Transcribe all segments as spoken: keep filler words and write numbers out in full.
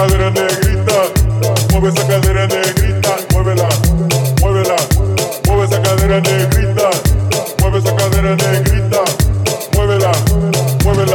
cadera negrita, mueve esa cadera negrita, muévela, muévela, mueve esa cadera negrita, mueve esa cadera negrita, muévela, muévela.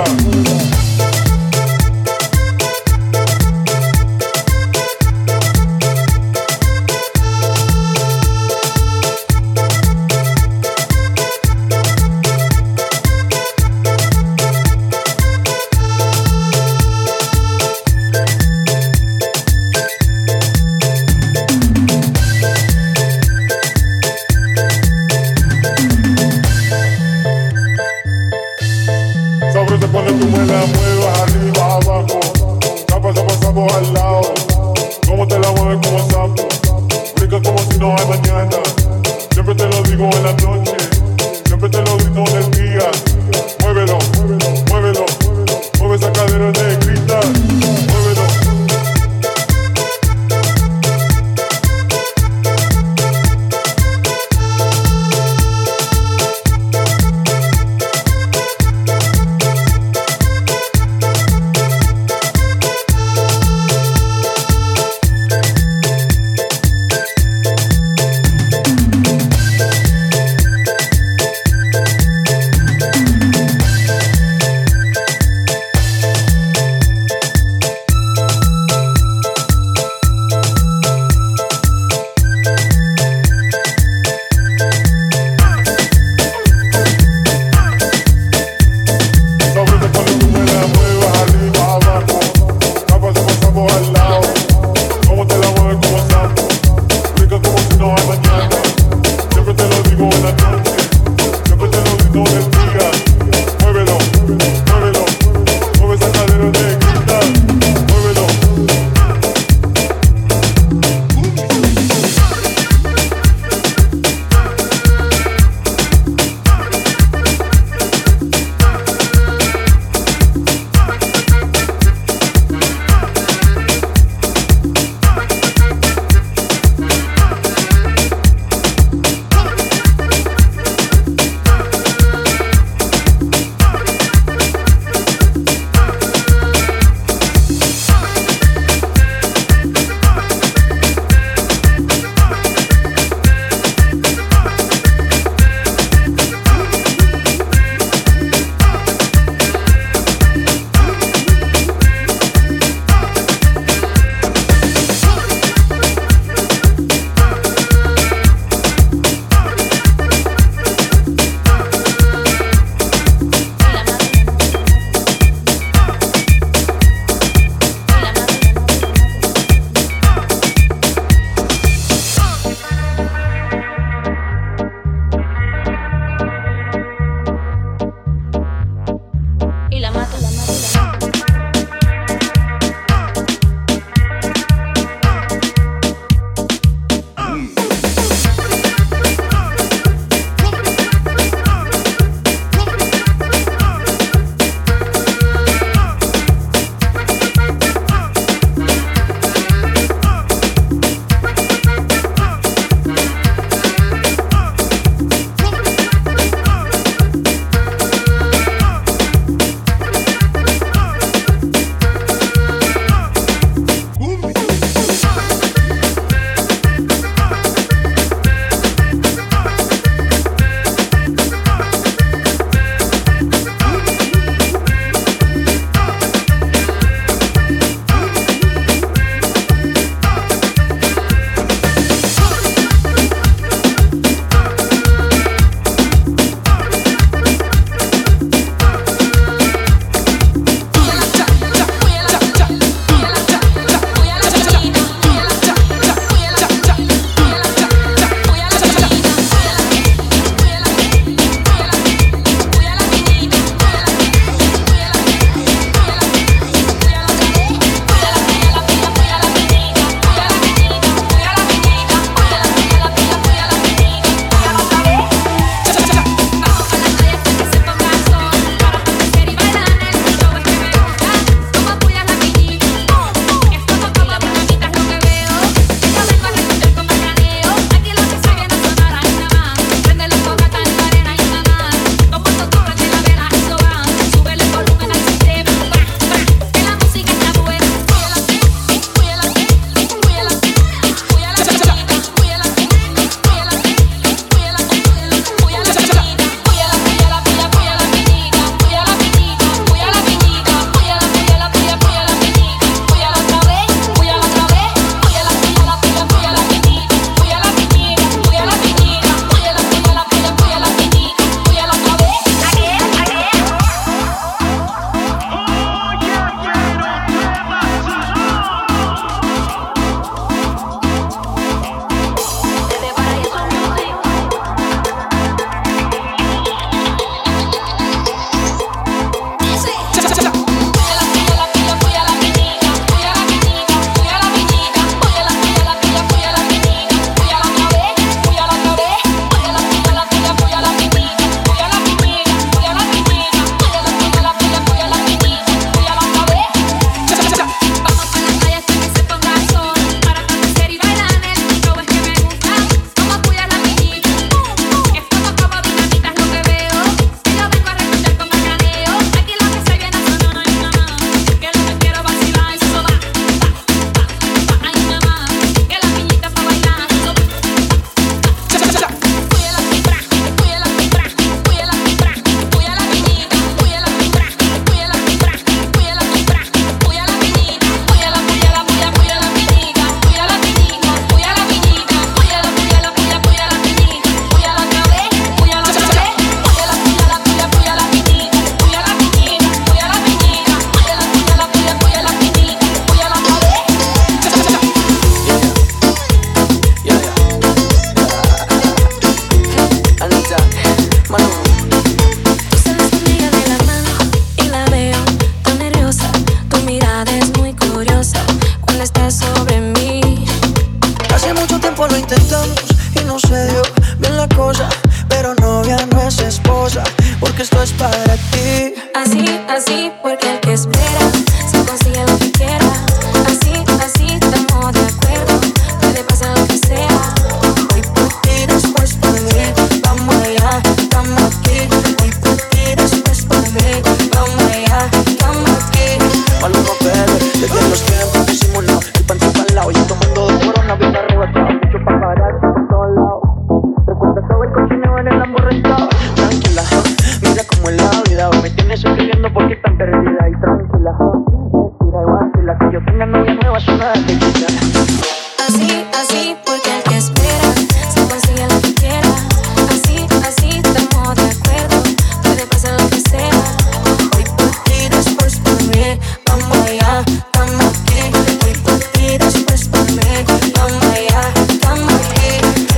pasa cuando estás sobre mí. Hace mucho tiempo lo intentamos y no se dio bien la cosa, pero novia no es esposa, porque esto es para ti. Así, así, porque el que espera se consigue lo que quiera. Así, así, estamos de acuerdo, puede pasar lo que sea. Hoy por ti, después por mí, vamos allá, estamos aquí. Hoy por ti, después por mí, vamos allá, estamos aquí. Maluma bebé, desde los tiempos disimulado, el panty pa'l lado, yo tomando de corona bien arrebatado, mucho paparazzi por todos lados. Recuerda todo el cochineo en el amor rentado. Tranquila, mira como en la vida me tienes escribiendo porque tan perdida y tranquila. Respira y vacila, que yo tenga novia nueva es una delicia. Así, así, porque el que espera se consigue lo que quiera. Así, así, estamos de acuerdo, puede pasar lo que sea. Hoy por ti, después por mí, vamos allá, estamos aquí. Hoy por ti, después por mí, vamos allá, estamos aquí.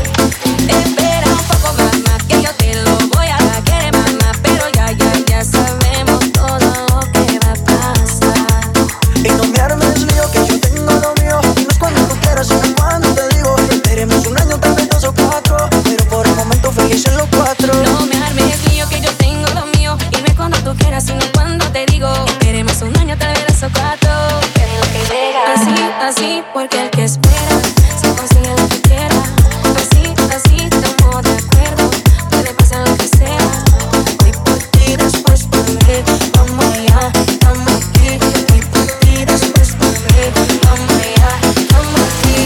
Espera un poco más, más que yo te lo voy a dar, querer más, más, pero ya, ya, ya sabemos todo lo que va a pasar. Y no me armes lío, que yo tengo lo mío. Y no es cuando tú quieras, sino cuando te digo. Esperemos un año, tal vez dos o cuatro, pero por el momento feliz en los cuatro. No me armes lío, que yo tengo lo mío, y no es cuando tú quieras, sino cuando te digo. Esperemos un año, tal vez dos o cuatro, que es lo que llega. Así, así, porque el que espera se consigue lo que quiera. Así, así, estamos de acuerdo, puede pasar lo que sea. Hoy por ti, después por mí, vamos allá, estamos aquí. Hoy por ti, después por mí, vamos allá, estamos aquí.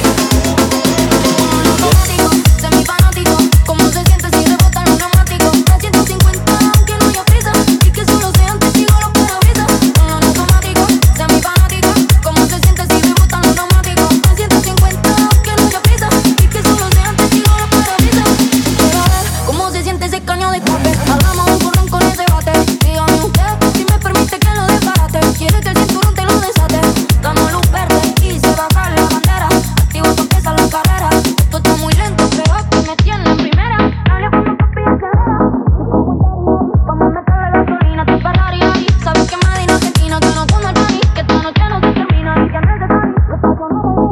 Automático, semifanático, ¿cómo se siente si rebotan los neumáticos? A ciento cincuenta, aunque no haya prisa, y que solo sean testigos los parabrisas. En automático, semifanático, ¿cómo se siente si rebotan los neumáticos? A ciento cincuenta, aunque no haya prisa, y que solo sean testigos los parabrisas. Quiero ver cómo se siente ese caño de escape. Hagamos un porrón con ese bate. Dígame usted si me permite que lo desbarate. Quiere que el cinturón te lo desate. Damos luz verde y se baja la bandera. Activo pa' empezar la carrera. Esto está muy lento, pero aquí me tiene en primera. Dale cuando papi acelera. Vamos a meterle gasolina a tu Ferrari. Sabes que Medina se esquina, que no come Johnny, que esta noche no se termina y que es necesario. Lo paso no me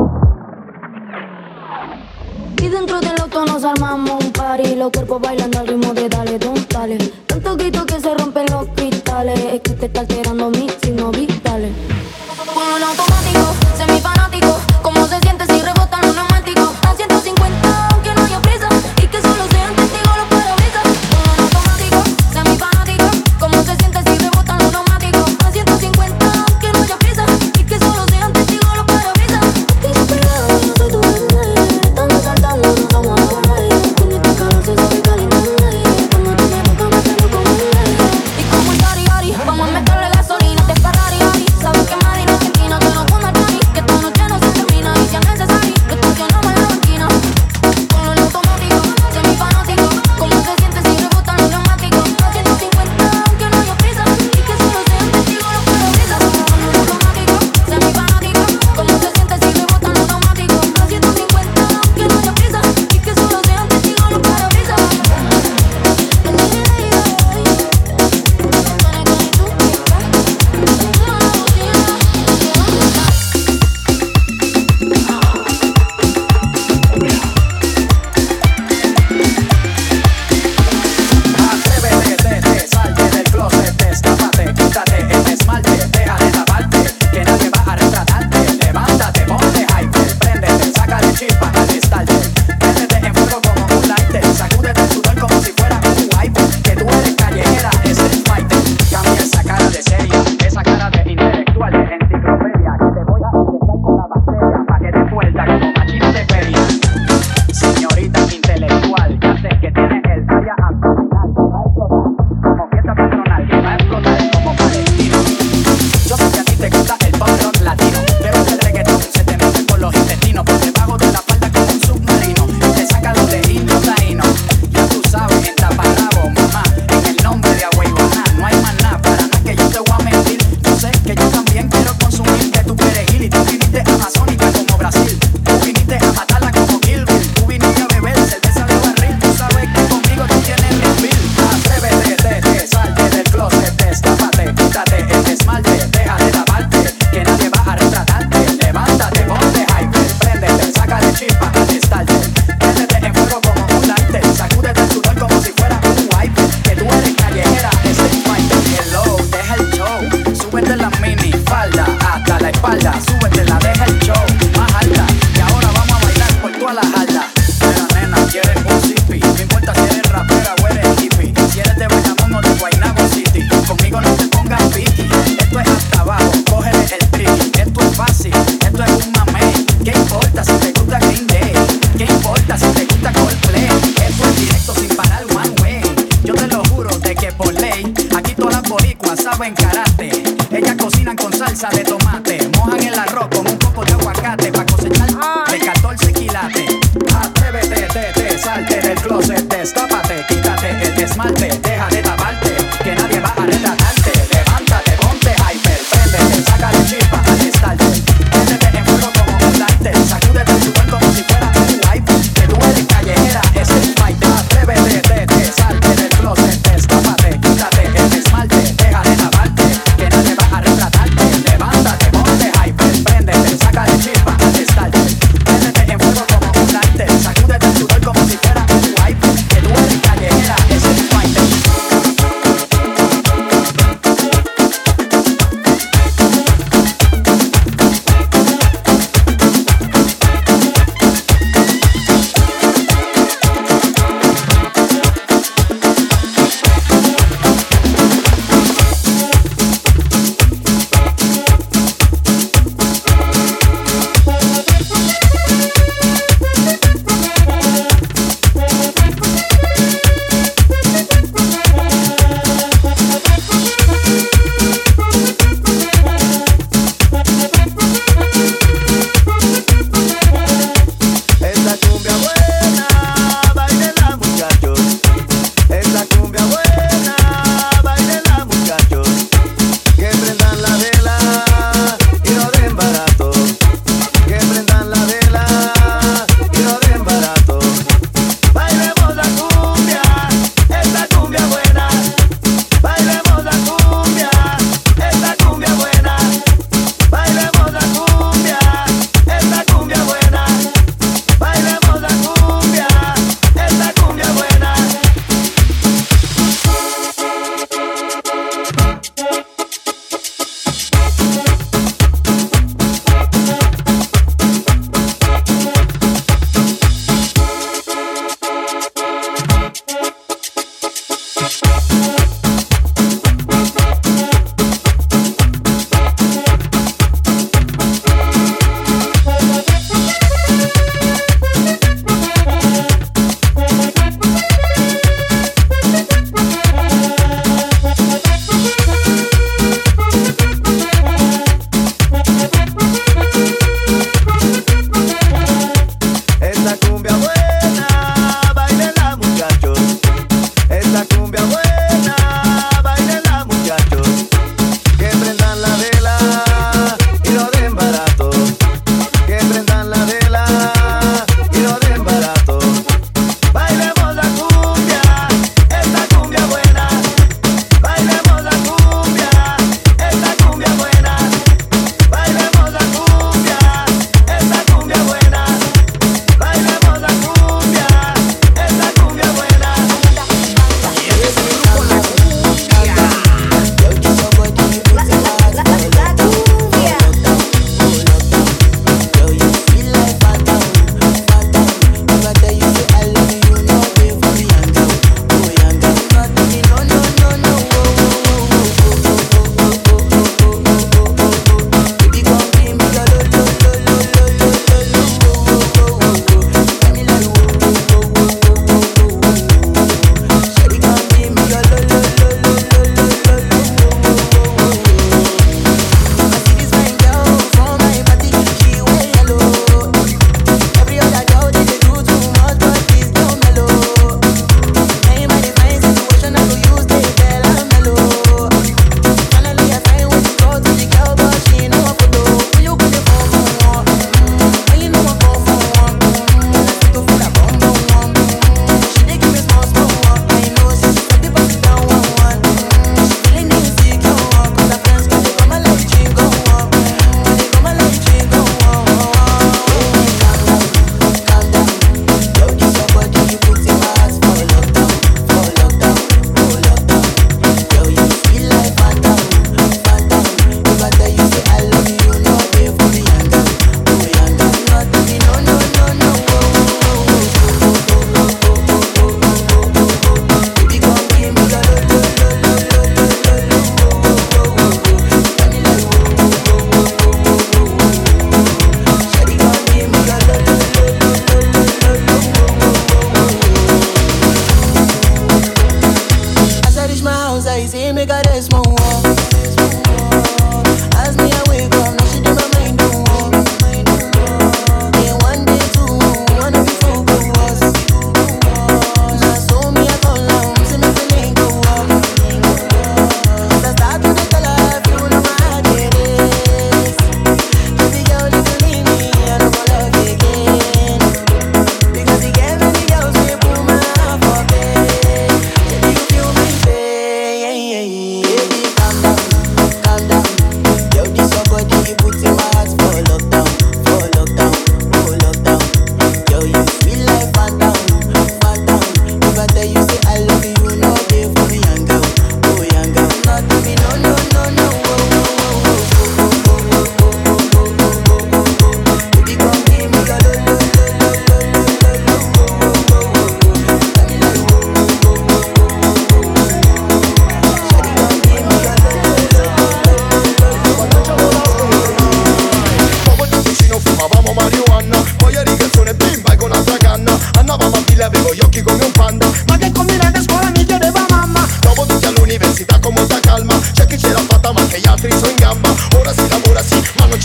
destino. Y dentro del auto nos armamos un party, los cuerpos bailando al ritmo de dale, don, dale. Tanto grito que se rompen los cristales, es que te está alterando mis signos vitales. Ponlo en automático, semifanático, ¿cómo se siente si rebotan los neumáticos? A ciento cincuenta, aunque no haya prisa, y que solo sean testigos los parabrisas. Ponlo en automático, semifanático, ¿cómo se siente si rebotan los neumáticos? A ciento cincuenta, aunque no haya prisa, y que solo sean testigos los parabrisas. Tiro pegado, yo soy tu bebé, estamos saltando, nos vamos a correr. Con este calor se sabe caliente, cuando tú me tocas me pego como un rey. Y como el Yari Yari, vamos a meterle gasolina de Ferrari. Sabes que Medina se esquina, que no come Johnny, que esta noche no se termina y si es necesario, lo estacionamos en la banquina. Ponlo en automático, semifanático, ¿cómo se siente si rebotan los neumáticos? A ciento cincuenta, aunque no haya prisa, y que solo sean testigos los parabrisas. Ponlo en automático, semifanático, ¿cómo se siente si rebotan los neumáticos? A ciento cincuenta, aunque no haya prisa, y que solo sean testigos los parabrisas. Quítate el esmalte, deja de taparte.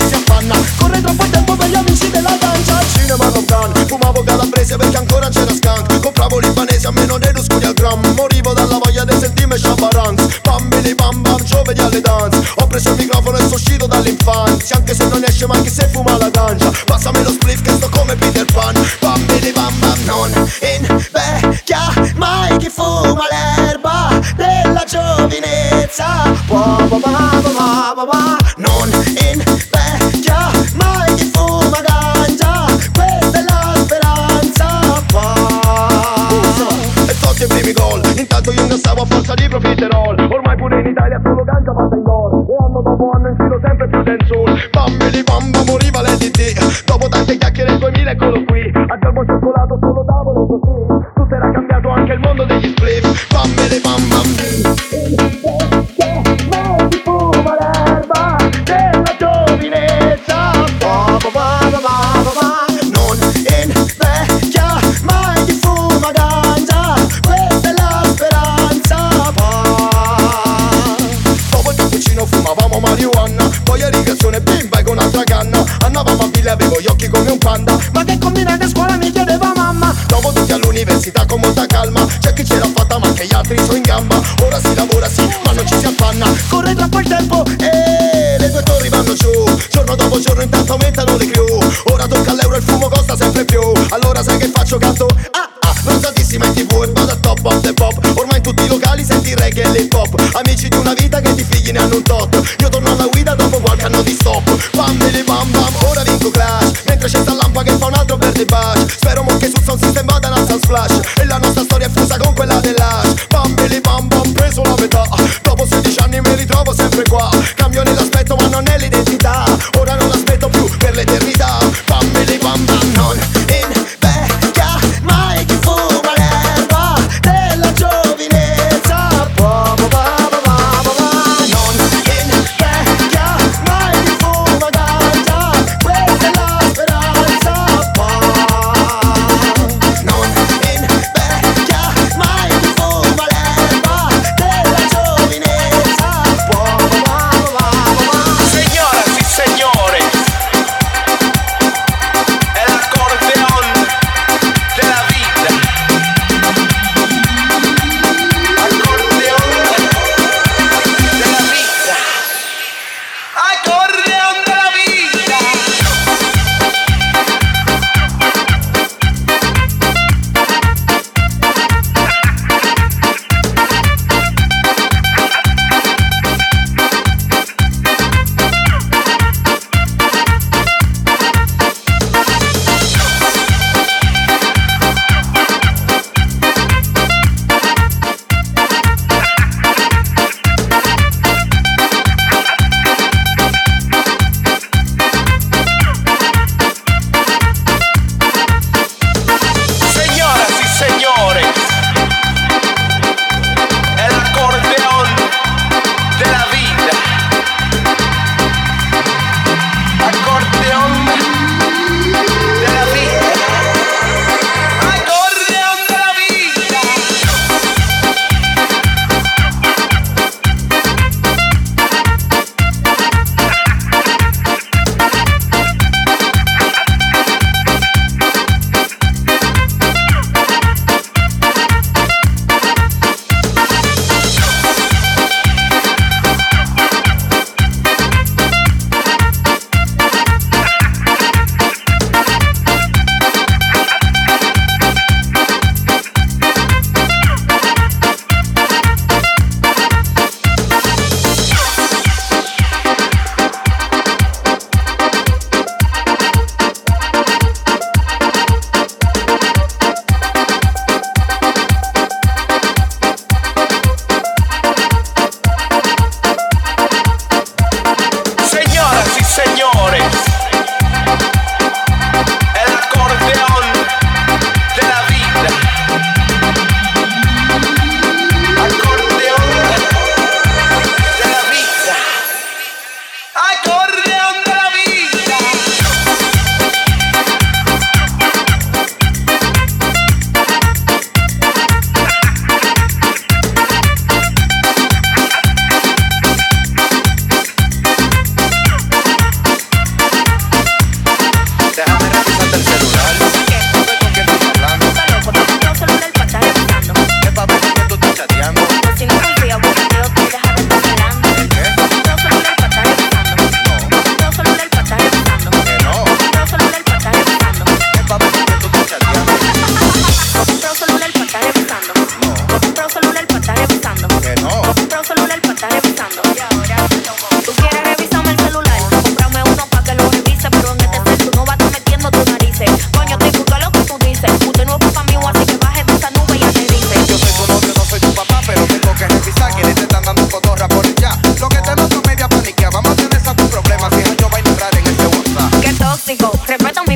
ci si affanna. Corre troppo tempo per gli amici della gancia. Al cinema non can, fumavo calabrese perché ancora c'era skunk. Compravo libanese a meno dei ruscoli al gram. Morivo dalla voglia di sentirmi sciabaranz. Bambini bam bam, giovedì alle dance. Ho preso il microfono e sono uscito dall'infanzia. Anche se non esce ma anche se fuma la ganja. Passami lo spliff che sto come Peter Pan. Bambini bam bam, non invecchia mai chi fuma l'erba della giovinezza. Wa, wa, wa, wa, wa, wa. Non invecchia mai chi fuma ganja. Questa è la speranza. E tolti i primi gol. Intanto io indossavo a forza di profiterol. Ormai pure in Italia solo ganja fatta in gol. E anno dopo anno in giro sempre più dancehall. Bambini bamba moriva l'L D D. Dopo tante chiacchiere il duemila eccolo qui. A germo cioccolato solo tavolo così. Tutto era cambiato anche il mondo degli spliff. Bambini bam bam. Mai si fuma l'erba della giovinezza. Ba, ba, ba, ba, ba, ba. Non invecchia mai chi fuma ganja. Questa è la speranza. Ba. Dopo il cappuccino fumavamo marijuana. Poi a rigazione bimba e con un'altra canna. Andavamo a villa, avevo gli occhi come un panda. Ma che combinate a scuola mi chiedeva mamma. Dopo tutti all'università con molta calma. C'è chi ce l'ha fatta ma anche gli altri sono in gamba. Ora si lavora sì ma non ci si affanna. Corre troppo il tempo e le due torri vanno giù. Giorno dopo giorno intanto aumentano le crew. Ora tocca all'euro e il fumo costa sempre più. Allora sai che faccio gatto? Ah ah, rosatissima in tv e vado a top of the pop. Ormai in tutti i locali senti reggae e l'hip hop. Amici di una vita che di figli ne hanno un tot. Io torno alla guida dopo qualche anno di stop. Bambini bam bam, ora vinco Clash. Mentre c'è sta lampa che fa un altro verde bash. Spero mo che sul sound system vada una sound splash. E la nostra storia è fusa con quella dell'Ash. Bambini bam bam, preso la metà. Dopo sedici anni mi ritrovo sempre qua. Cambio nell'aspetto ma non nell'identità. Ora non aspetto più per l'eternità. Bambini bam bam, non invecchia mai chi fuma l'erba della giovinezza. Ba, ba, ba, ba, ba, ba.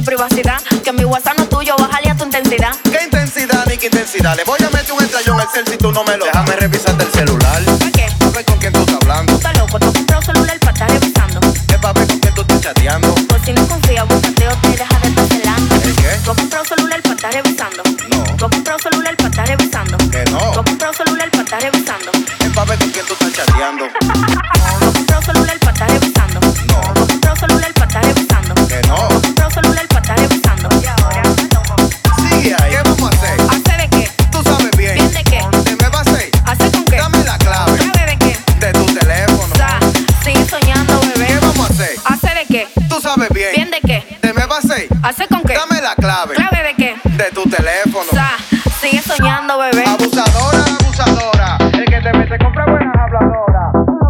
privacidad. Que mi WhatsApp no es tuyo, bájale a tu intensidad. ¿Qué intensidad ni qué intensidad? Le voy a meter un estrellón al cel si tú no me lo. Déjame revisarte el celular. ¿Para qué? A ver con quién tú estás hablando. Tú estás loco, tú compras un celular para estar revisando. Es pa' ver con quién tú estás chateando. Por si no confías, búscate o te deja de estar celando. ¿El qué? Tú has comprado un celular para estar revisando. No. Tú has comprado un celular para estar revisando. Que no. Tú has comprado un celular para estar revisando. Es pa' ver con quién tú estás chateando. Tú has comprado un celular para estar revisando. No. Tú has comprado un celular para estar revisando. Que no. Tú has comprado un celular para estar revisando. Y ahora, Sigue ahí. ¿Qué vamos a hacer? ¿hace de qué? Tú sabes bien. ¿Bien de qué? ¿Qué me va a hacer? ¿Hace con qué? Dame la clave ¿Clave de qué? de tu teléfono. O sea, sigue soñando, bebé. ¿Qué vamos a hacer? ¿Hace de qué? Tú sabes bien. ¿Bien de qué? ¿Qué me va a hacer? ¿Hace con qué? Dame la clave ¿Clave de qué? de tu teléfono. O sea, sigue soñando, bebé. Abusadora, abusadora. El que te mete compra buenas habladoras.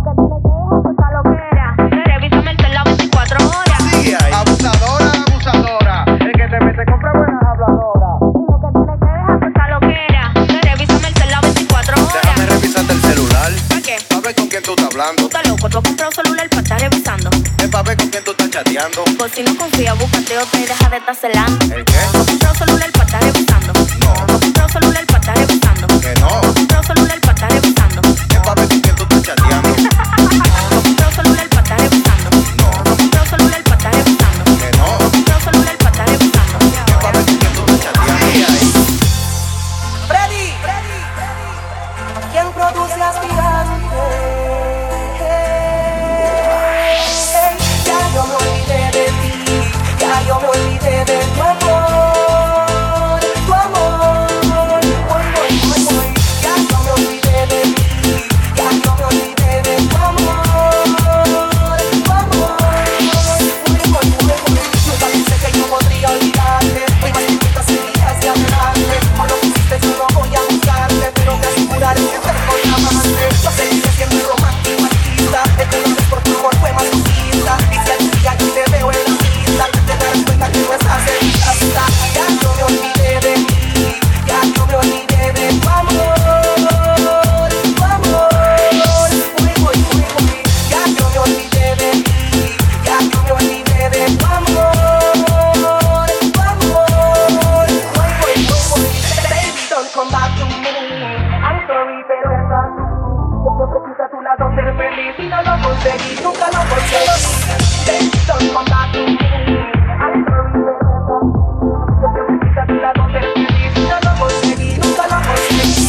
Revísame el celular veinticuatro horas. Sigue ahí. Abusadora, abusadora. El que te mete compra buenas habladoras. Esa loquera. Revísame el celular veinticuatro horas. Déjame revisarte el celular. ¿Para qué? Pa' ver con quién tú estás Tú hablando. estás loco, tú has comprado un celular para estar revisando. Es pa' ver con quién tú estás chateando. Por si no confías, búscate o te deja de estar celando. ¿El qué? Tú has comprado un celular para estar revisando. No. Tú has comprado un celular para estar revisando. Que no. Tú has comprado un celular para estar revisando. Es pa' ver con quién tú estás chateando. Tú has comprado un celular para estar revisando. No. Tú has comprado un celular para estar revisando. Que no. Tú has comprado un celular para estar revisando. Es pa' ver con quién tú estás chateando. Sigue ahí. Freddy, ¿quién produce aspirante? Ya yo me olvidé de ti, ya yo me olvidé de tu amor, tu amor. Voy, voy, voy, voy. Ya yo me olvidé de ti, ya yo me olvidé de tu amor, tu amor. Voy, voy, voy, voy. Nunca pensé que yo podría olvidarte. Hoy más bonita sería hacia adelante. Cuando quisiste yo no voy a buscarte, pero te aseguraré que tengo un amante. Yo seguiré siendo romántico, artista. El que no es por tu amor fue masoquista. Y si algún día yo te veo en la pista, te darás cuenta que no estás en mi casa. Ya yo me olvidé de ti, ya yo me olvidé de tu amor, tu amor. Uy, uy, uy, uy. Ya yo me olvidé de ti, ya yo me olvidé de tu amor, tu amor. Uy, uy, uy, uy. Baby, don't come back to me. I'm sorry, pero estás tú. Yo preciso a tu lado ser feliz y no lo conseguí, nunca lo conseguí. Baby, don't come back to me. I'm sorry, pero estás tú. Yo preciso a tu lado ser feliz y no lo conseguí, nunca lo conseguí.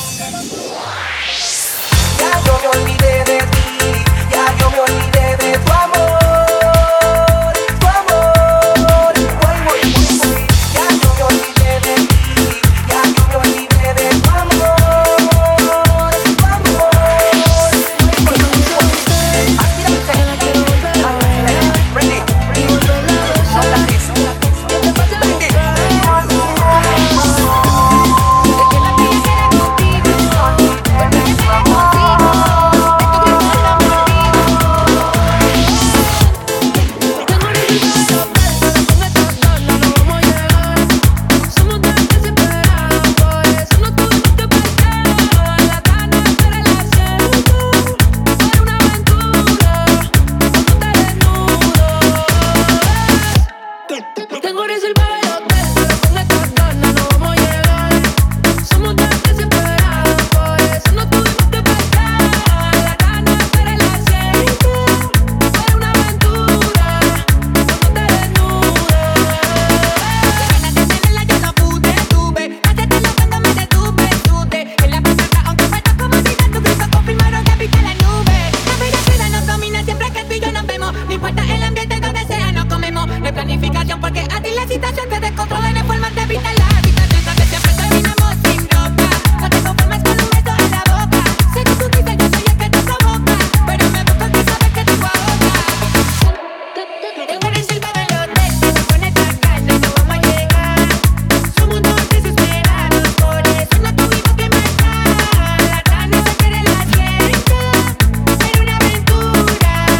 Ya yo me olvidé de ti, ya yo me olvidé de tu amor, tu amor. Voy, voy, voy, voy. Ya yo me olvidé de ti, ya yo me olvidé de tu amor, tu amor. Voy, voy, voy. Aspirante, Ready,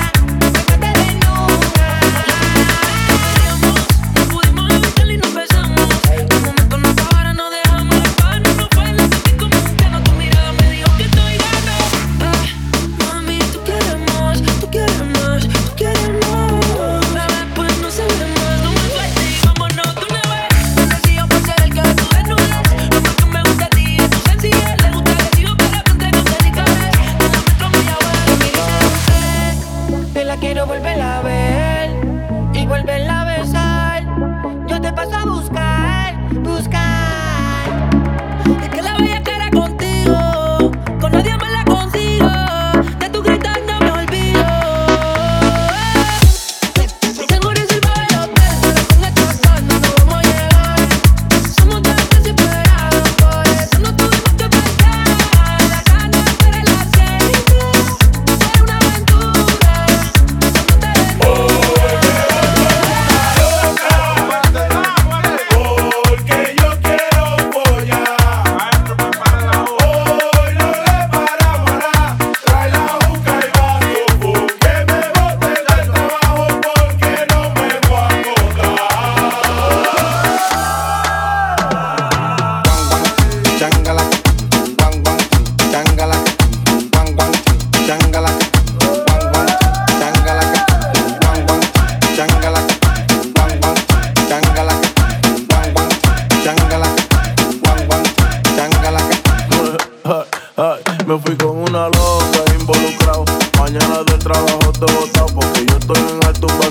Pudimos evitarlo y no empezamos.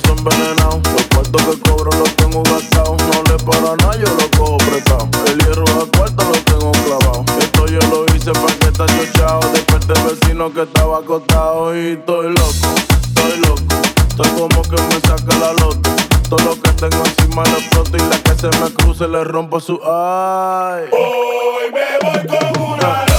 son envenenados. Los cuartos que cobro los tengo gastados. No le para nada, yo lo cojo prestado. El hierro a cuarto lo tengo clavado. Esto yo lo hice pa' que está chochado. Después del vecino que estaba acostado. Y estoy loco, estoy loco. Estoy como que me saca la loto. Todo lo que tengo encima lo exploto. Y la que se me cruce le rompo su ay. Hoy me voy con una loca.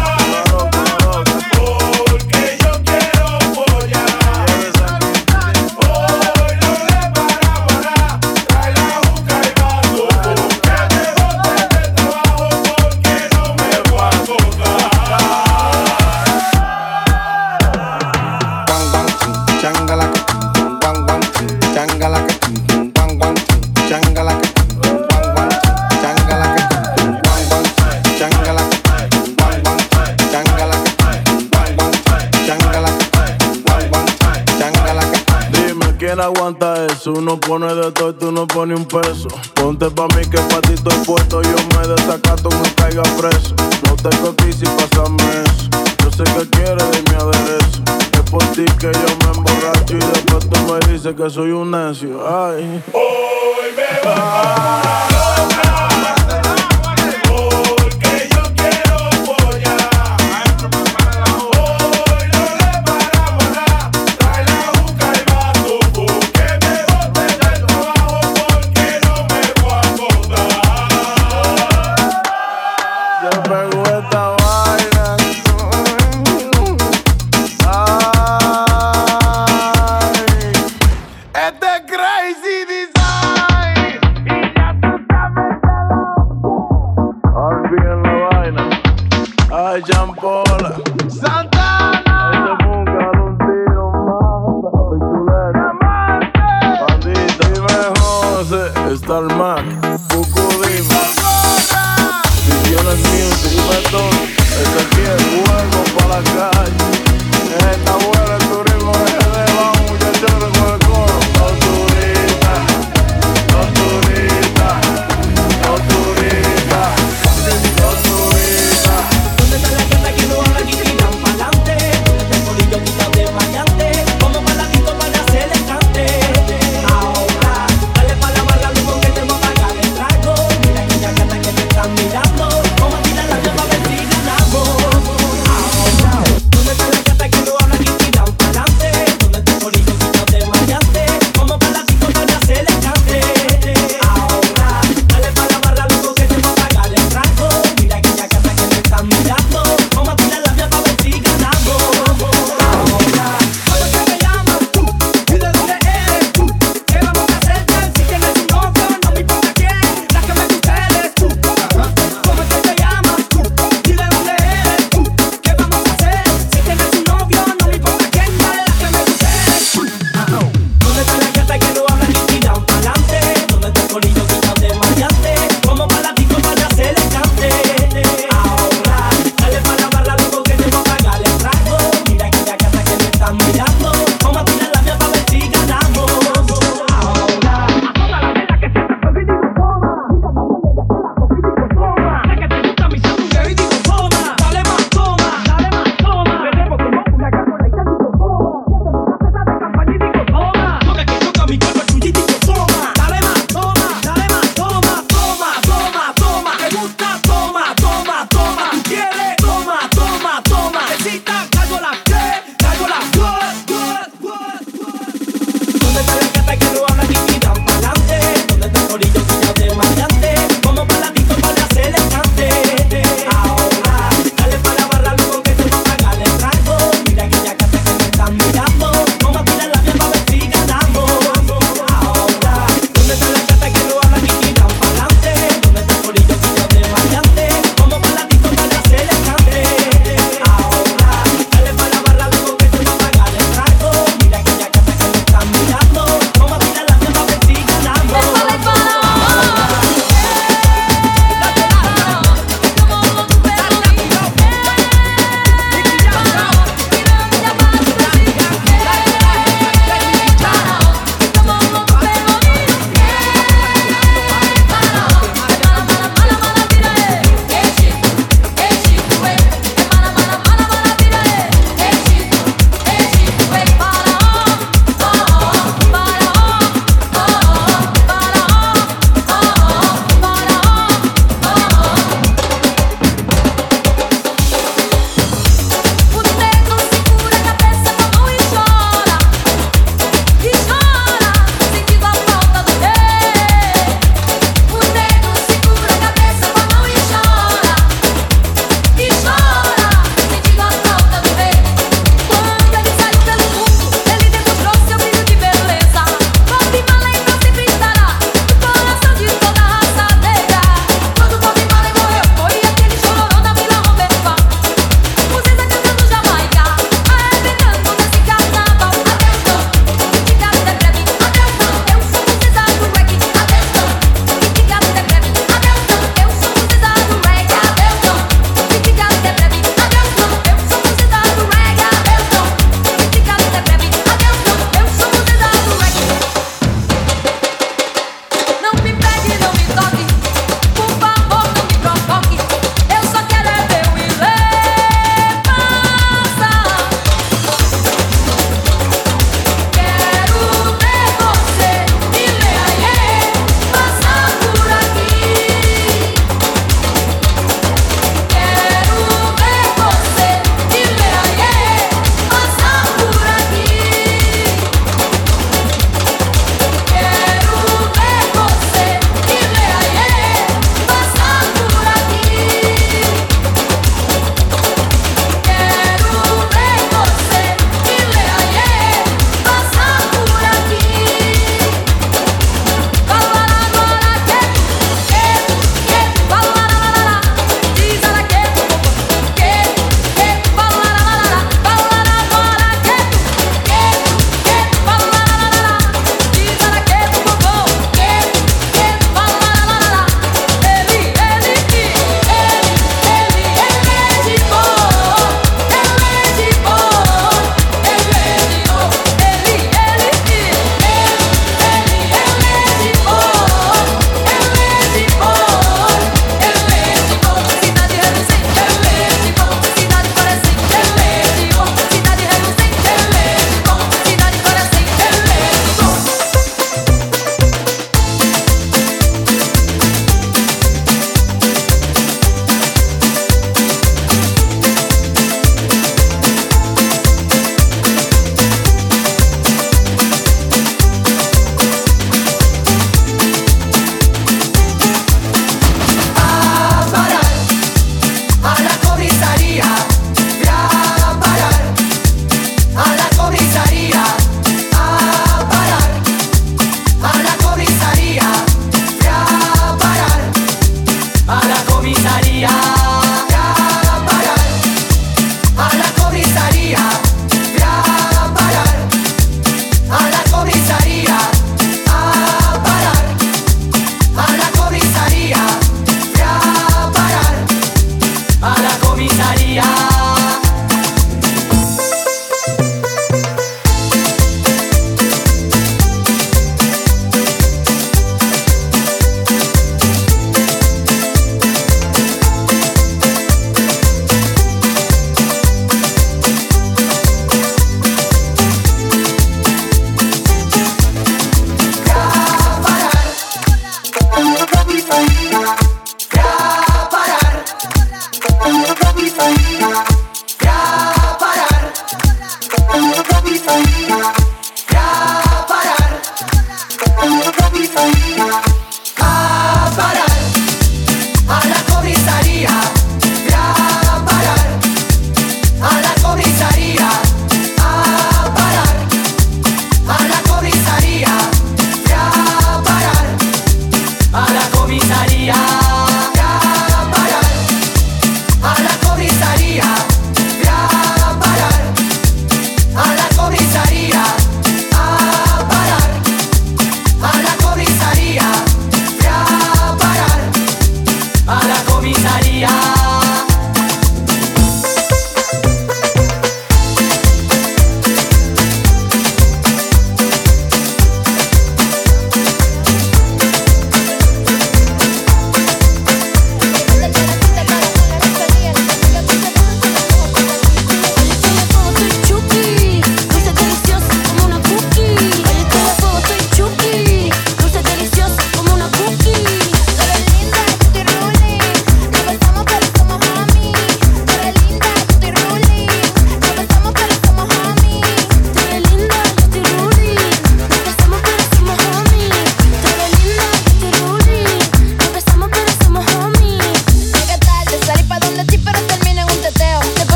¿Quién aguanta eso? Uno pone de todo y tú no pones un peso. Ponte pa' mí que pa' ti estoy puesto. Yo me desacato, me caiga preso. No te cotizo y pásame eso. Yo sé que quieres de mi aderezo. Es por ti que yo me emborracho. Y después tú me dices que soy un necio. Ay. Hoy me voy a Champola, Santana, ahí te pongan un tiro más, pichuleta, bandita, dime José, Starman, Bucudima, Visiones Music, dime todo, este aquí es juego para la calle, esta buena el turismo de vamos muchachos con el coro, los turistas, los turistas, los turistas, los turistas. ¿Dónde está la gente que no habla ni tiran pa'lante? El bolillo quita de variante, como malatito para hacer el cante. Ahora, dale pa' la barra, luego que te voy a pagar el trago. Mira que ya canta que te están mirando, como a tirar la llama a ver si ganamos. Ahora, ¿dónde está la gente que no habla ni tiran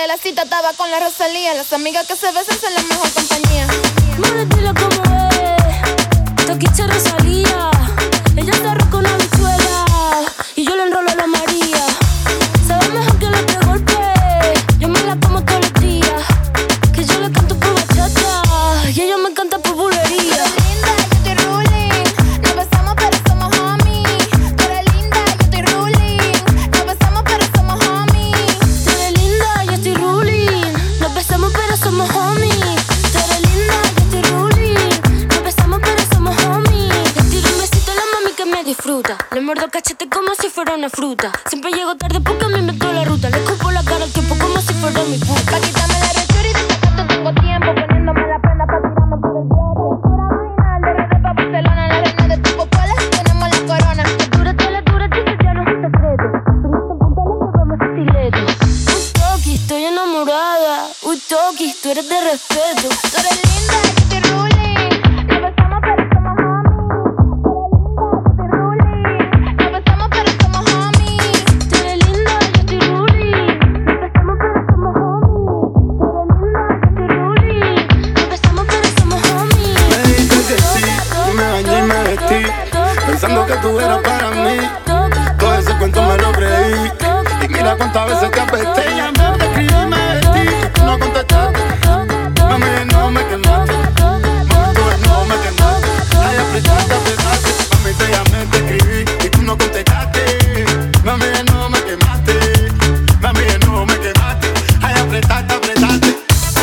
de la cita estaba con la Rosalía. Las amigas que se besan son la mejor compañía. Mira, dile cómo es. Toquiche Rosalía. Ella se arroja una bichuela y yo le enrolo a la María. Sabe mejor que lo que golpe. Yo me la como todos los días. Que yo le canto por bachata y ella me canta por bulería. Tú eres linda, yo estoy ruling. Nos besamos pero somos homies. Tú eres linda, yo estoy ruling. Nos besamos pero somos homies. Tú eres linda, yo estoy ruling. Nos besamos pero somos homies. Tú eres linda, yo estoy ruling. Nos besamos pero somos homies. Le tiro un besito a la mami que me disfruta. Le muerdo el cachete como si fuera una fruta. Siempre llego tarde porque me meto la ruta. Le escupo la cara al tiempo como si fuera mi puta. Pa' quitarme la rechura y de sacato tengo tiempo. Poniéndome la prenda pa' tirarme por el globo. Pura original de Red pa' Barcelona. La reina de tu popola, tenemos la corona. Dura te la dura, dice ya no es un secreto. Subiste punto, le probamos estileto. Uy, Toki, estoy enamorada. Uy, Toki, tú eres de respeto. Tú eres linda, yo estoy ruling. Nos besamos pero somos homies. Tú eres linda, yo estoy ruling. Nos besamos pero somos homies. Tú eres linda, yo estoy ruling. Nos besamos pero somos homies. Tú eres linda, yo estoy ruling. Nos besamos pero somos homies. Me dijiste que sí, y me bañé y me vestí, pensando que tú eras para mí. Todo ese cuento me lo creí, y mira cuántas veces te apesté. Llamé, te escribí y me vestí, tú no contestaste. Mami, no me quemaste, mami, tú no me quemaste. Ay, apretaste, apretaste, mami, te llamé, te escribí, y tú no contestaste. Mami, no me quemaste, mami, no me quemaste. Ay, apretaste, apretaste.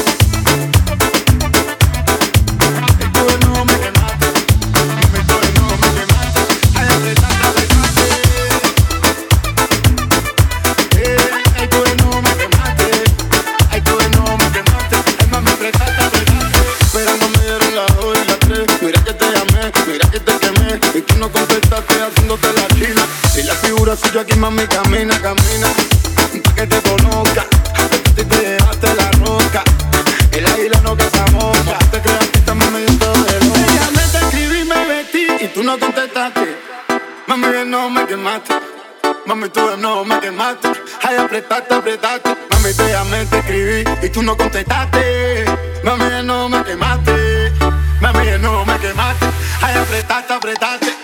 Si yo aquí, mami, camina, camina, pa' que te conozca, que te llevaste la roca, el águila no caza mosca. Te creas que estás mami dentro de loca. Te llamé, te escribí y me vestí, y tú no contestaste. Mami, no me quemaste, mami, tú no me quemaste. Ay, apretaste, apretaste, mami, te llamé, te escribí, y tú no contestaste. Mami, no me quemaste, mami, no me quemaste. Ay, apretaste, apretaste.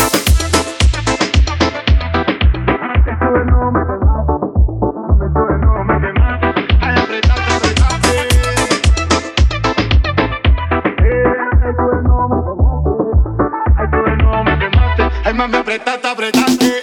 Mami, apretaste, apretaste.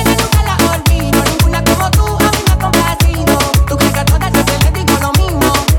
Tú crees que a todas yo te le digo lo mismo.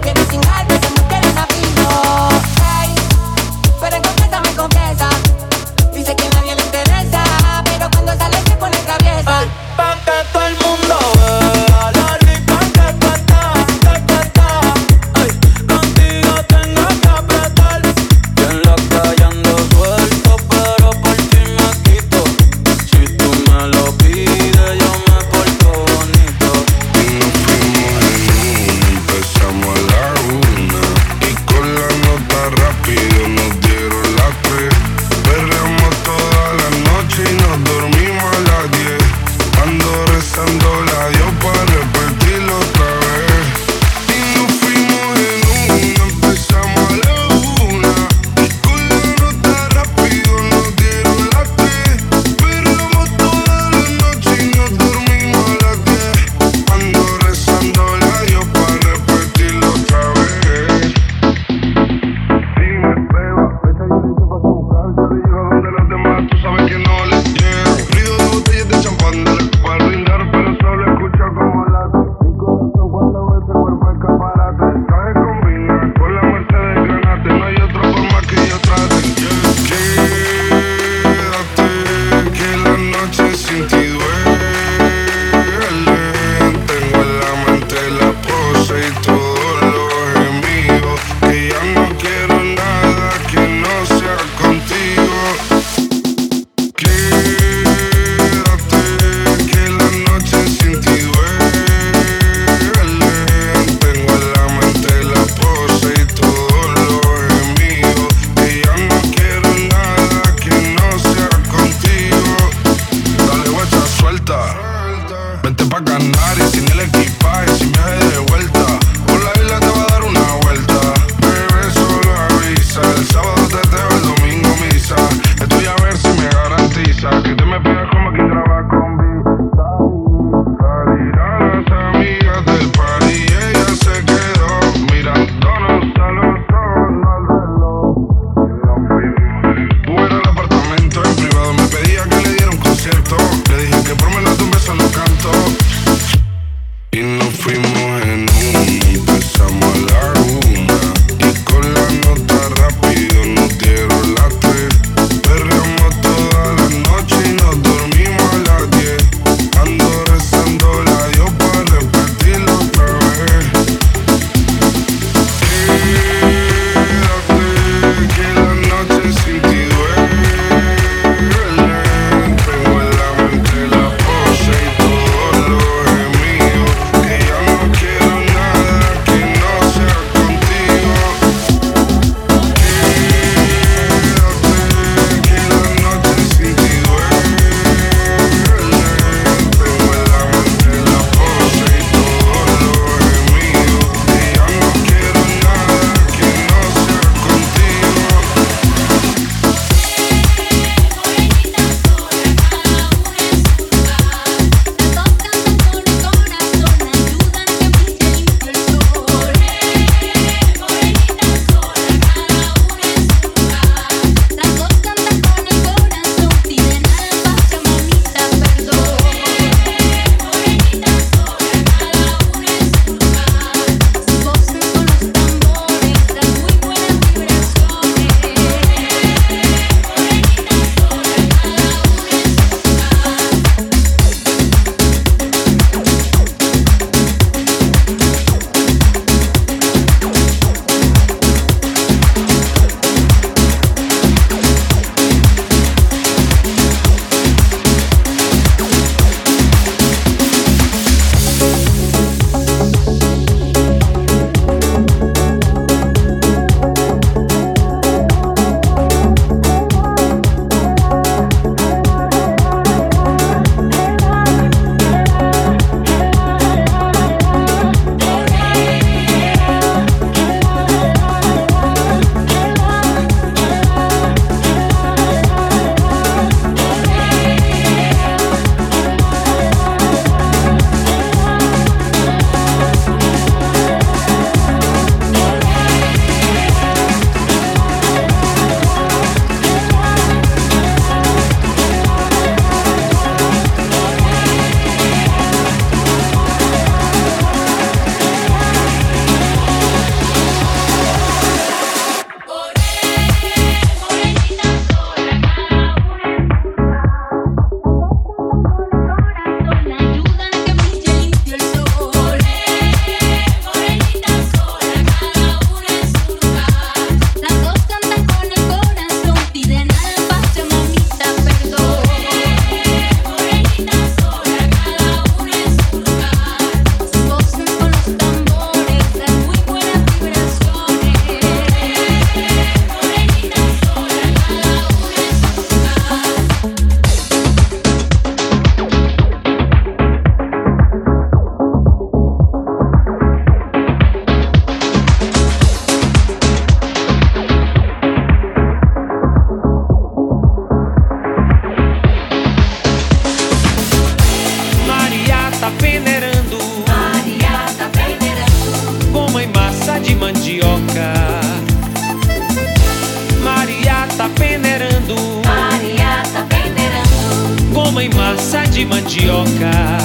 de mandioca.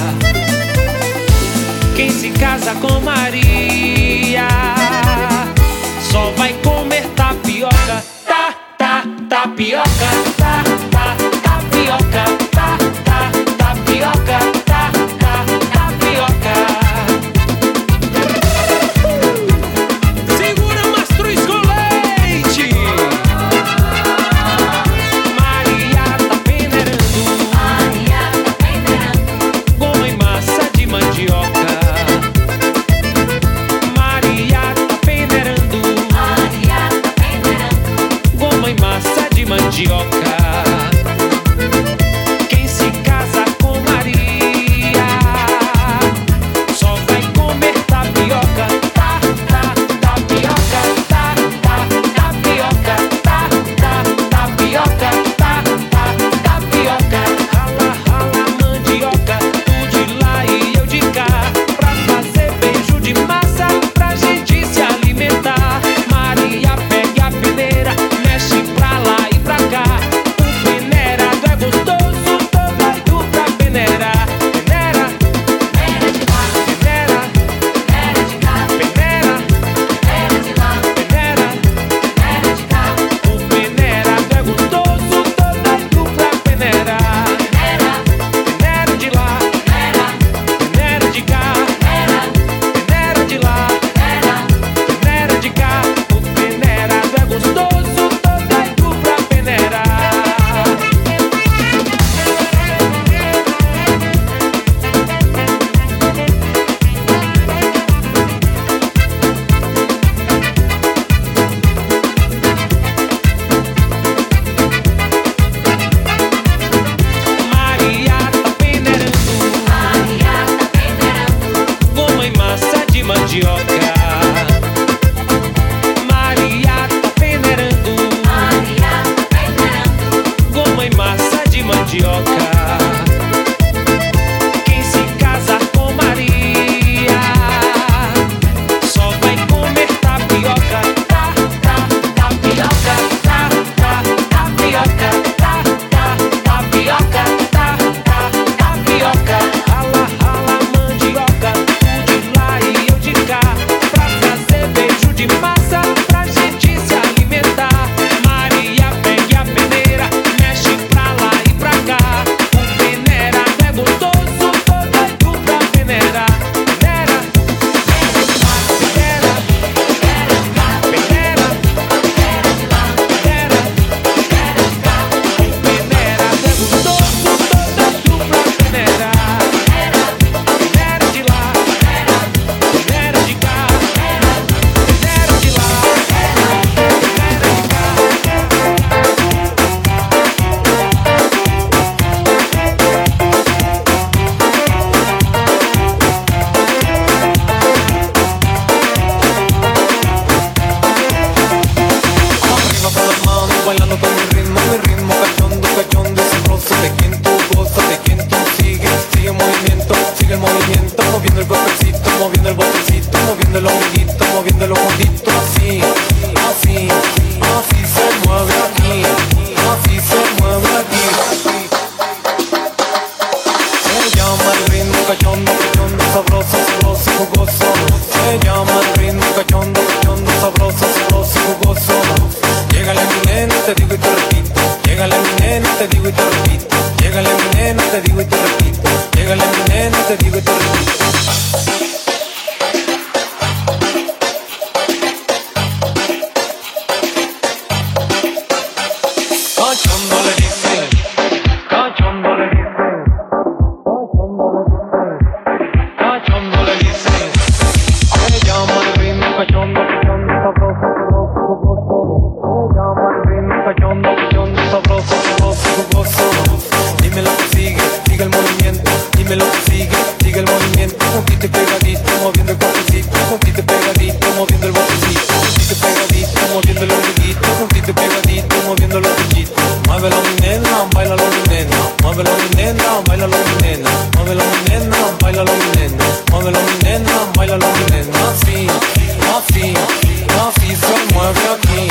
Quem se casa com Maria só vai comer tapioca. Tá, tá, tapioca. Tá, tá, tapioca. Tá, tá, tapioca. Tá, tá, tapioca. Segura, Mastruz com leite. Maria tá peneirando. Maria tá peneirando. Goma e massa de mandioca. Maria tá peneirando. Maria tá peneirando. Goma e massa de mandioca. Quem se casa com Maria só vai comer tapioca. Tá, tá, tapioca. Tá, tá, tapioca. Tá, tá, tapioca. Tá, tá, tapioca. Rala, rala mandioca, tu de lá e eu de cá, pra fazer beijo de massa, pra gente se alimentar. Maria pega a peneira, mexe pra lá e pra cá. O peneirado é gostoso, tô doido pra peneirar. Peneira, peneira de lá, peneira, peneira de cá, peneira, peneira de lá, peneira, peneira de cá. O peneirado é gostoso, tô doido pra peneirar. Peneira, peneira de lá, peneira, peneira de cá, peneira, peneira de lá, peneira, peneira de cá. O peneirado é gostoso, tô doido pra peneirar. Maria tá peneirando. Maria tá peneirando. Goma e massa de mandioca. Maria tá peneirando. Maria tá peneirando. Goma e massa de mandioca. Quem se casa com Maria só vai comer tapioca. Tá, tá, tapioca. Tá, tá, tapioca. Tá, tá, tapioca. Tá, tá, tapioca. Rala, rala mandioca, tu de lá e eu de cá, pra fazer beijo de massa, pra gente se alimentar. Maria pega a peneira, mexe pra lá e pra cá. O peneirado é gostoso, tô doido pra peneirar. Peneira, peneira, peneira, peneira, peneira, o peneirado é gostoso, tô doido pra peneirar. Peneira de lá, peneira de cá, peneira de lá, peneira de cá. Arriba con las manos, bailando con mi ritmo, mi ritmo cachondo, cachondo, sabroso. De quien tú gozas, de quien tú sigues, sigue el movimiento, sigue el movimiento, moviendo el golpecito, moviendo el botecito, moviendo el ombliguito, moviendo el ojito, así, así, así se mueve aquí, así se mueve aquí. Se llama el ritmo cachondo, cachondo, sabroso, sabroso, jugoso. Se llama el ritmo cachondo, cachondo, sabroso, sabroso, jugoso. Llegale mi nena, te digo y te repito. Llegale mi nena, te digo y te repito. Llegale mi nena, te digo y te repito. Llegale mi nena, te digo y te repito. Cachondo le dicen, cachondo le dicen, cachondo le dicen. Se llama el ritmo cachondo, cachondo, sabroso, sabroso, jugoso. Se llama el ritmo cachondo, cachondo, sabroso, sabroso, jugoso. Dime lo que sigue, sigue el movimiento. Dime lo que sigue, sigue el movimiento. Juntito y pegadito, moviendo el cuerpecito. Juntito y pegadito, moviendo el botecito. Juntito y pegadito, moviendo el ombliguito. Juntito y pegadito, moviendo los bichitos. Muévelo mi nena, bailalo mi nena. Muévelo mi nena, bailalo mi nena. Muévelo mi nena, bailalo mi nena. Muévelo mi nena, bailalo mi nena. Así, así, así se mueve aquí.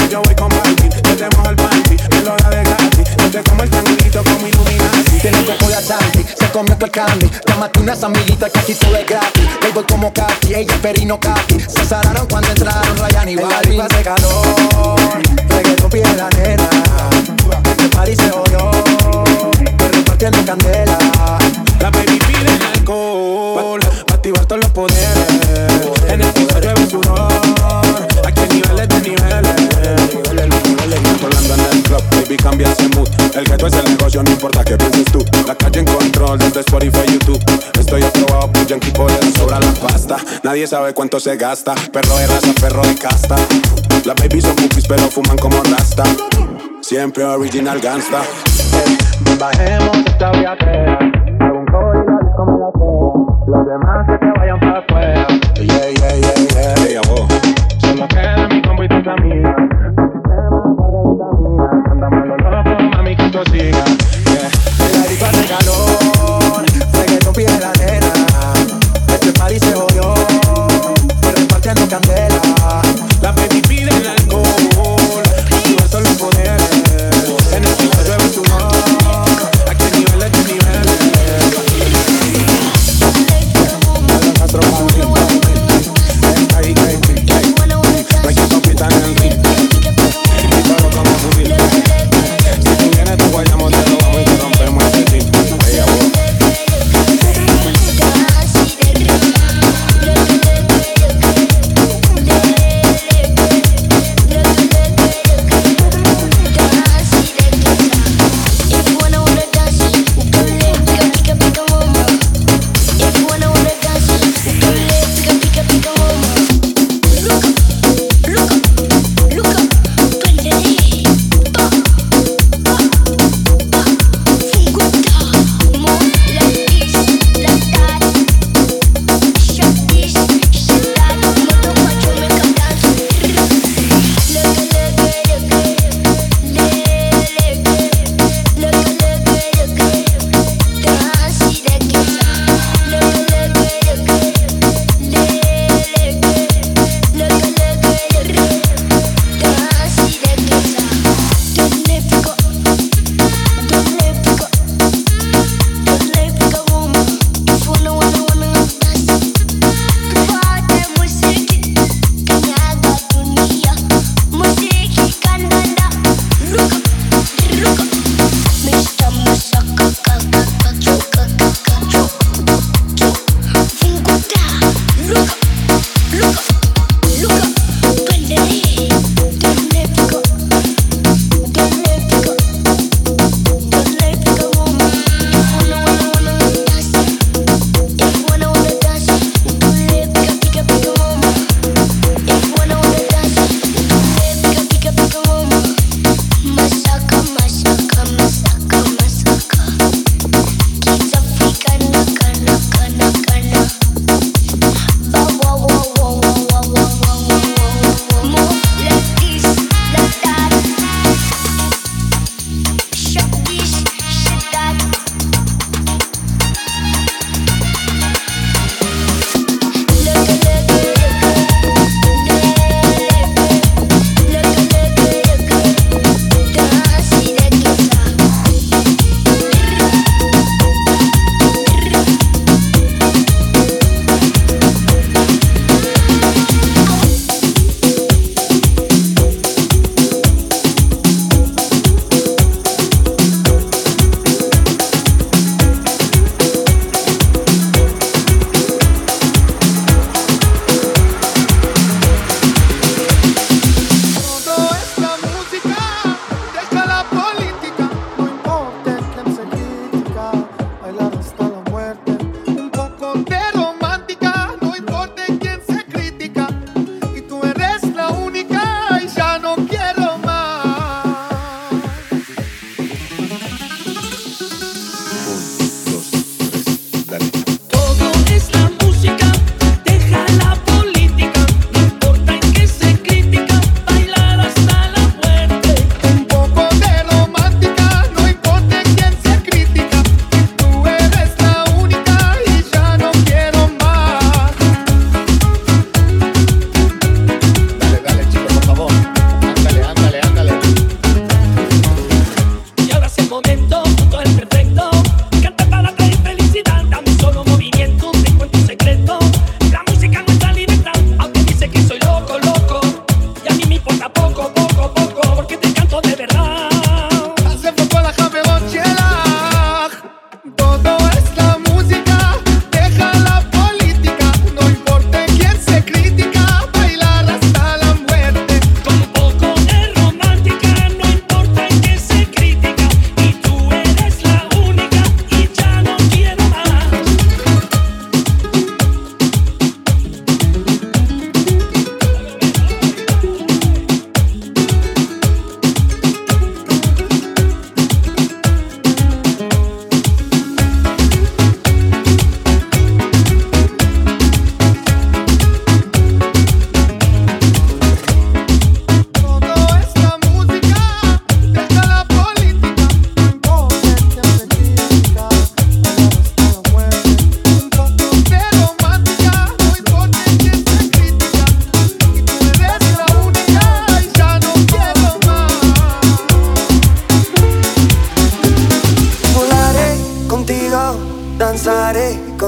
yo voy con Barbie, yo te mojo el panty, me lo da de gratis, yo te como el triangulito como Illuminati. Tiene que cuidar Santi, se comió todo el candy. Llámate unas amiguitas que aquí todo es gratis. Playboy como Katy, ella es Perino Katy. Se zararon cuando entraron Ryan y Barbie. En la hace calor, reggaetón pide la nena. Este party se oyó, repartiendo candela. La baby pide el alcohol, pa' activar todos los poderes. En el piso llueve sudor, aquí hay niveles de niveles. Controlando en el club, baby cambia ese mood. El reto es el negocio, no importa qué pienses tú. La calle en control desde Spotify y YouTube. Estoy aprobado por Yankee, por eso sobra la pasta. Nadie sabe cuánto se gasta. Perro de raza, perro de casta. Las babies son cookies pero fuman como rasta. Siempre original gangsta. Bajemos esta viajera. Algún código y como la sea. Los demás que te vayan para afuera. Yeah, yeah, yeah, yeah. Hey, abo. Solo queda mi combo y tus amigas. Andamos los locos, mami, que esto siga. Yeah. El aire hace calor, reggaetón pide la nena. Este party se jodió, repartiendo candela. La baby pide el alcohol, activar todos los poderes. En el piso llueve sudor, aquí hay niveles de niveles.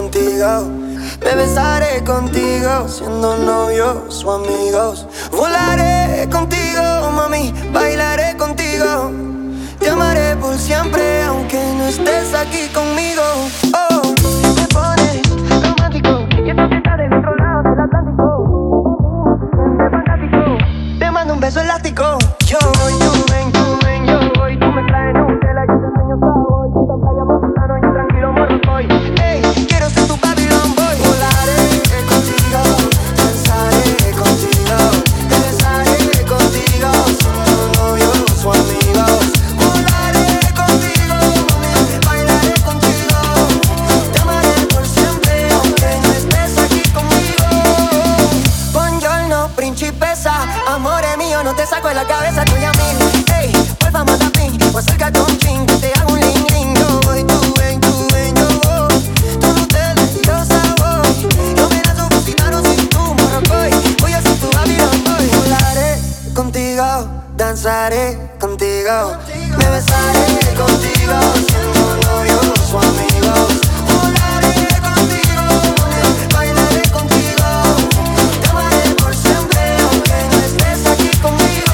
contigo. Me besaré contigo, siendo novios o amigos. Volaré contigo, mami, bailaré contigo. Te amaré por siempre, aunque no estés aquí conmigo. Oh, me pones romántico, y eso que está del otro lado del Atlántico. Siente fanático, te mando un beso elástico. Yo voy, tú ven, tú ven, yo voy. Tú me traes Nutella, yo te enseño sabor. Tú tan playa, Montano, yo tranquilo, Morrocoy. Ey, quiero ser tu Babylon Boy. Volaré contigo, danzaré contigo, te besaré contigo, siendo novios o amigos. Volaré contigo, mami, bailaré contigo. Te amaré por siempre, aunque no estés aquí conmigo. Buongiorno, principesa, amore mío, no te saco de la cabeza, tú y a mí. Ey, vuelva matapín, o acércate un chin, que te hago un ling ling. Yo voy, tú ven, tú ven, yo voy. Tú Nutella y yo sabor. Yo me la subcitaron sin tu Morrocoy. Voy a ser tu Babylon Boy. Volaré contigo, danzaré contigo, me besaré contigo, siendo novios o amigos. Volaré contigo, bailaré contigo. Te amaré por siempre, aunque no estés aquí conmigo.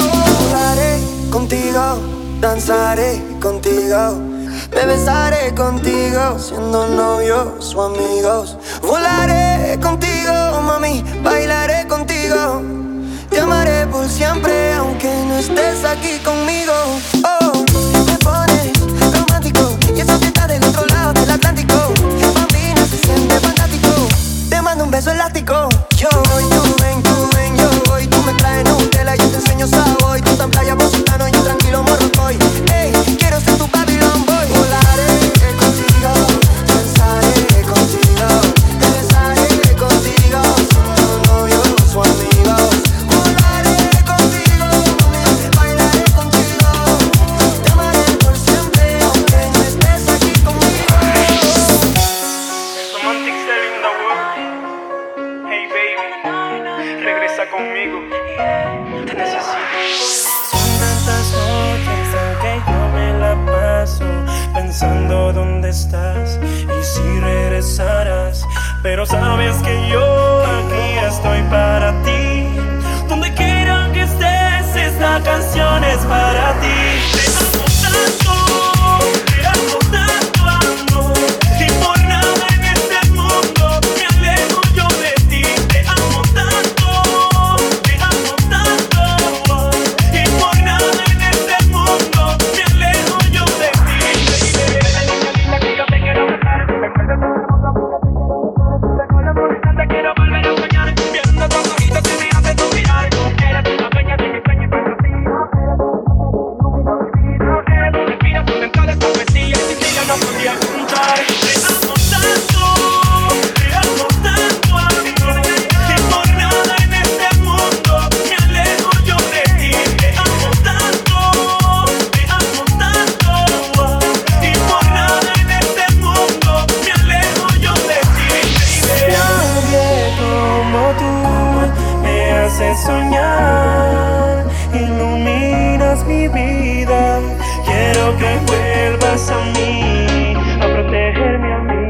Volaré contigo, danzaré contigo, me besaré contigo, siendo novios o amigos. Volaré contigo, mami, bailaré contigo. Te amaré por siempre, aunque no estés aquí conmigo. Oh, me pones romántico, y eso que está del otro lado del Atlántico. Bambina se siente fantástico, te mando un beso elástico. Yo voy, tú ven, tú ven, yo voy. Tú me traes Nutella, yo te enseño sabor. Tú tan playa, Montano, yo tranquilo, Morrocoy. Ey, quiero ser tu Babylon Boy. Volaré contigo, danzaré contigo, te besaré contigo, siendo novios o amigos. Volaré contigo, mami, bailaré contigo. Te amaré por siempre, aunque no estés aquí conmigo. Romantic Style in the world. Hey baby, regresa conmigo. Te necesito. Son tantas noches en que yo me la paso pensando dónde estás y si regresarás. Pero sabes que yo aquí estoy para ti. Donde quiera que estés, esta canción es para ti. Te amo tanto, te amo tanto, amor, y por nada en este mundo me alejo yo de ti. Te amo tanto, te amo tanto, y por nada en este mundo me alejo yo de ti. Ven, niña linda, que yo te quiero besar. Me muerde todo el mundo porque te quiero besar. Tengo la emoción, te quiero volver a soñar. Viendo tus ojitos que me hace tu mirar. Eres la dueña de mi sueño y fantasía. Respira tus mentales, tu poesía, y sin ti yo no podría contar. Te amo tanto, te amo tanto, amor, y por nada en este mundo me alejo yo de ti. Te amo tanto, te amo tanto, y por nada en este mundo me alejo yo de ti. Nadie como tú me hace soñar, iluminas mi vida. Quiero que vuelvas a mí, a protegerme a mí.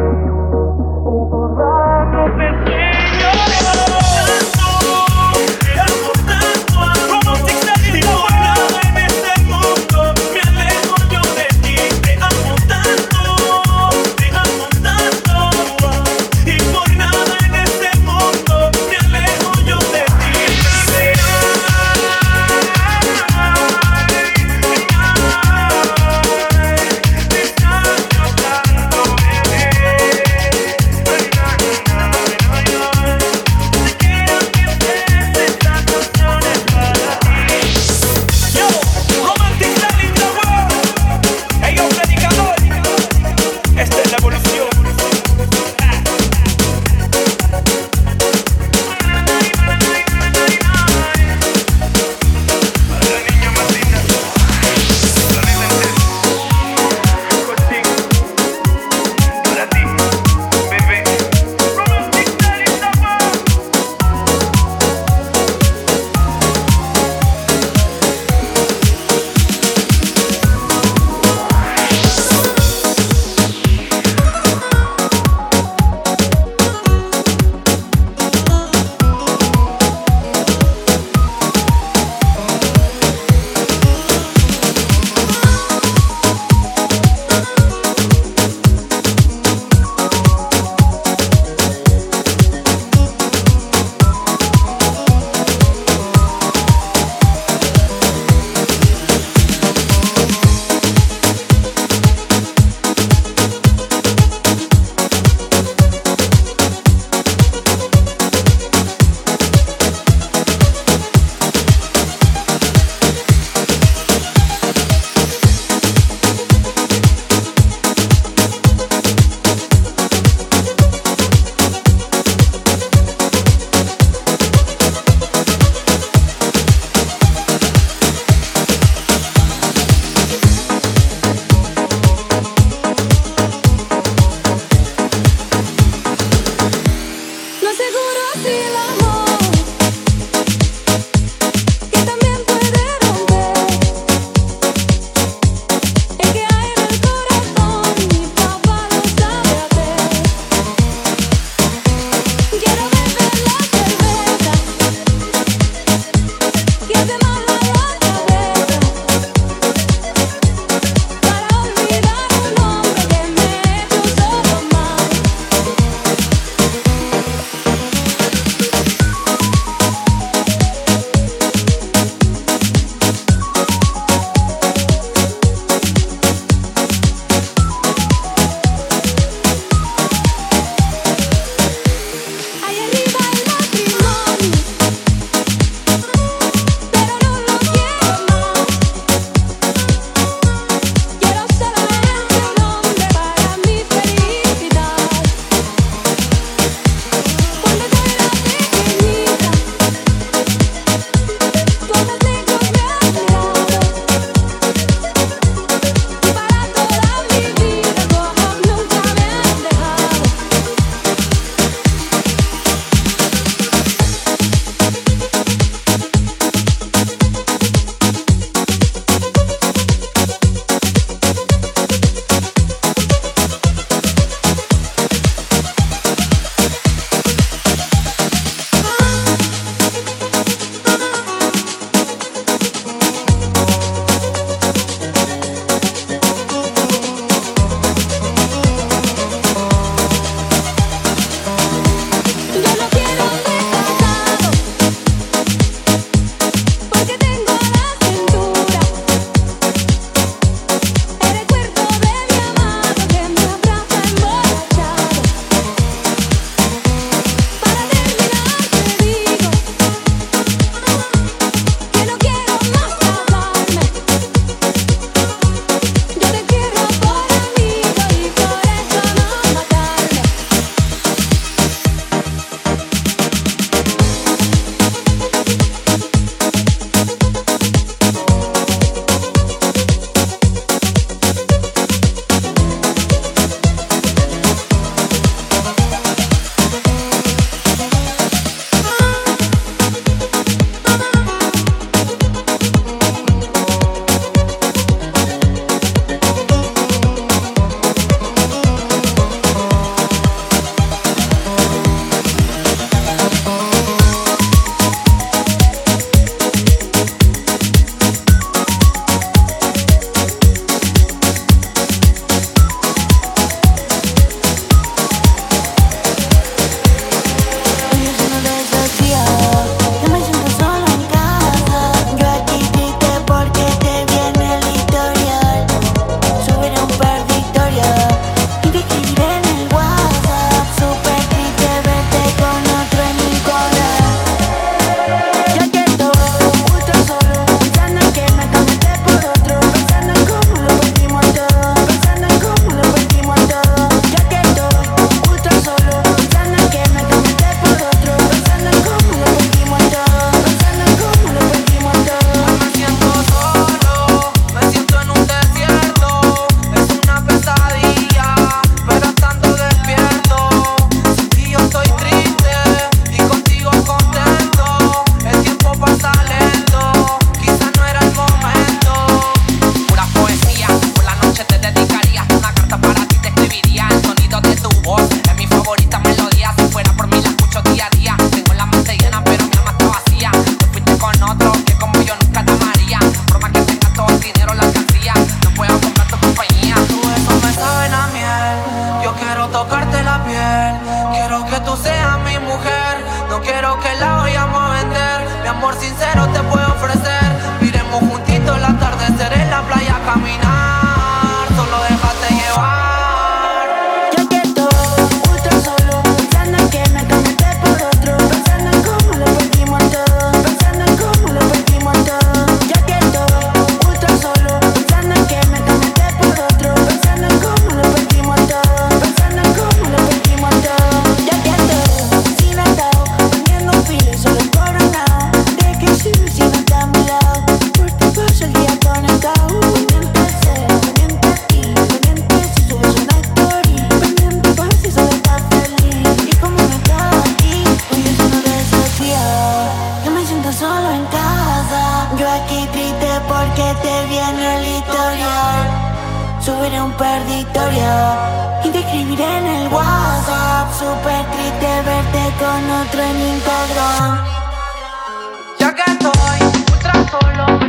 Recordar tu pequeño tanto, te amo tanto, Romantic Style, y por nada en este mundo me alejo yo de ti. Te amo tanto, te amo tanto, y por nada en este mundo me alejo yo de ti. This que te viene el historial. Subiré un perditorio y te escribiré en el WhatsApp. Súper triste verte con otro en Instagram. Ya que estoy ultra solo.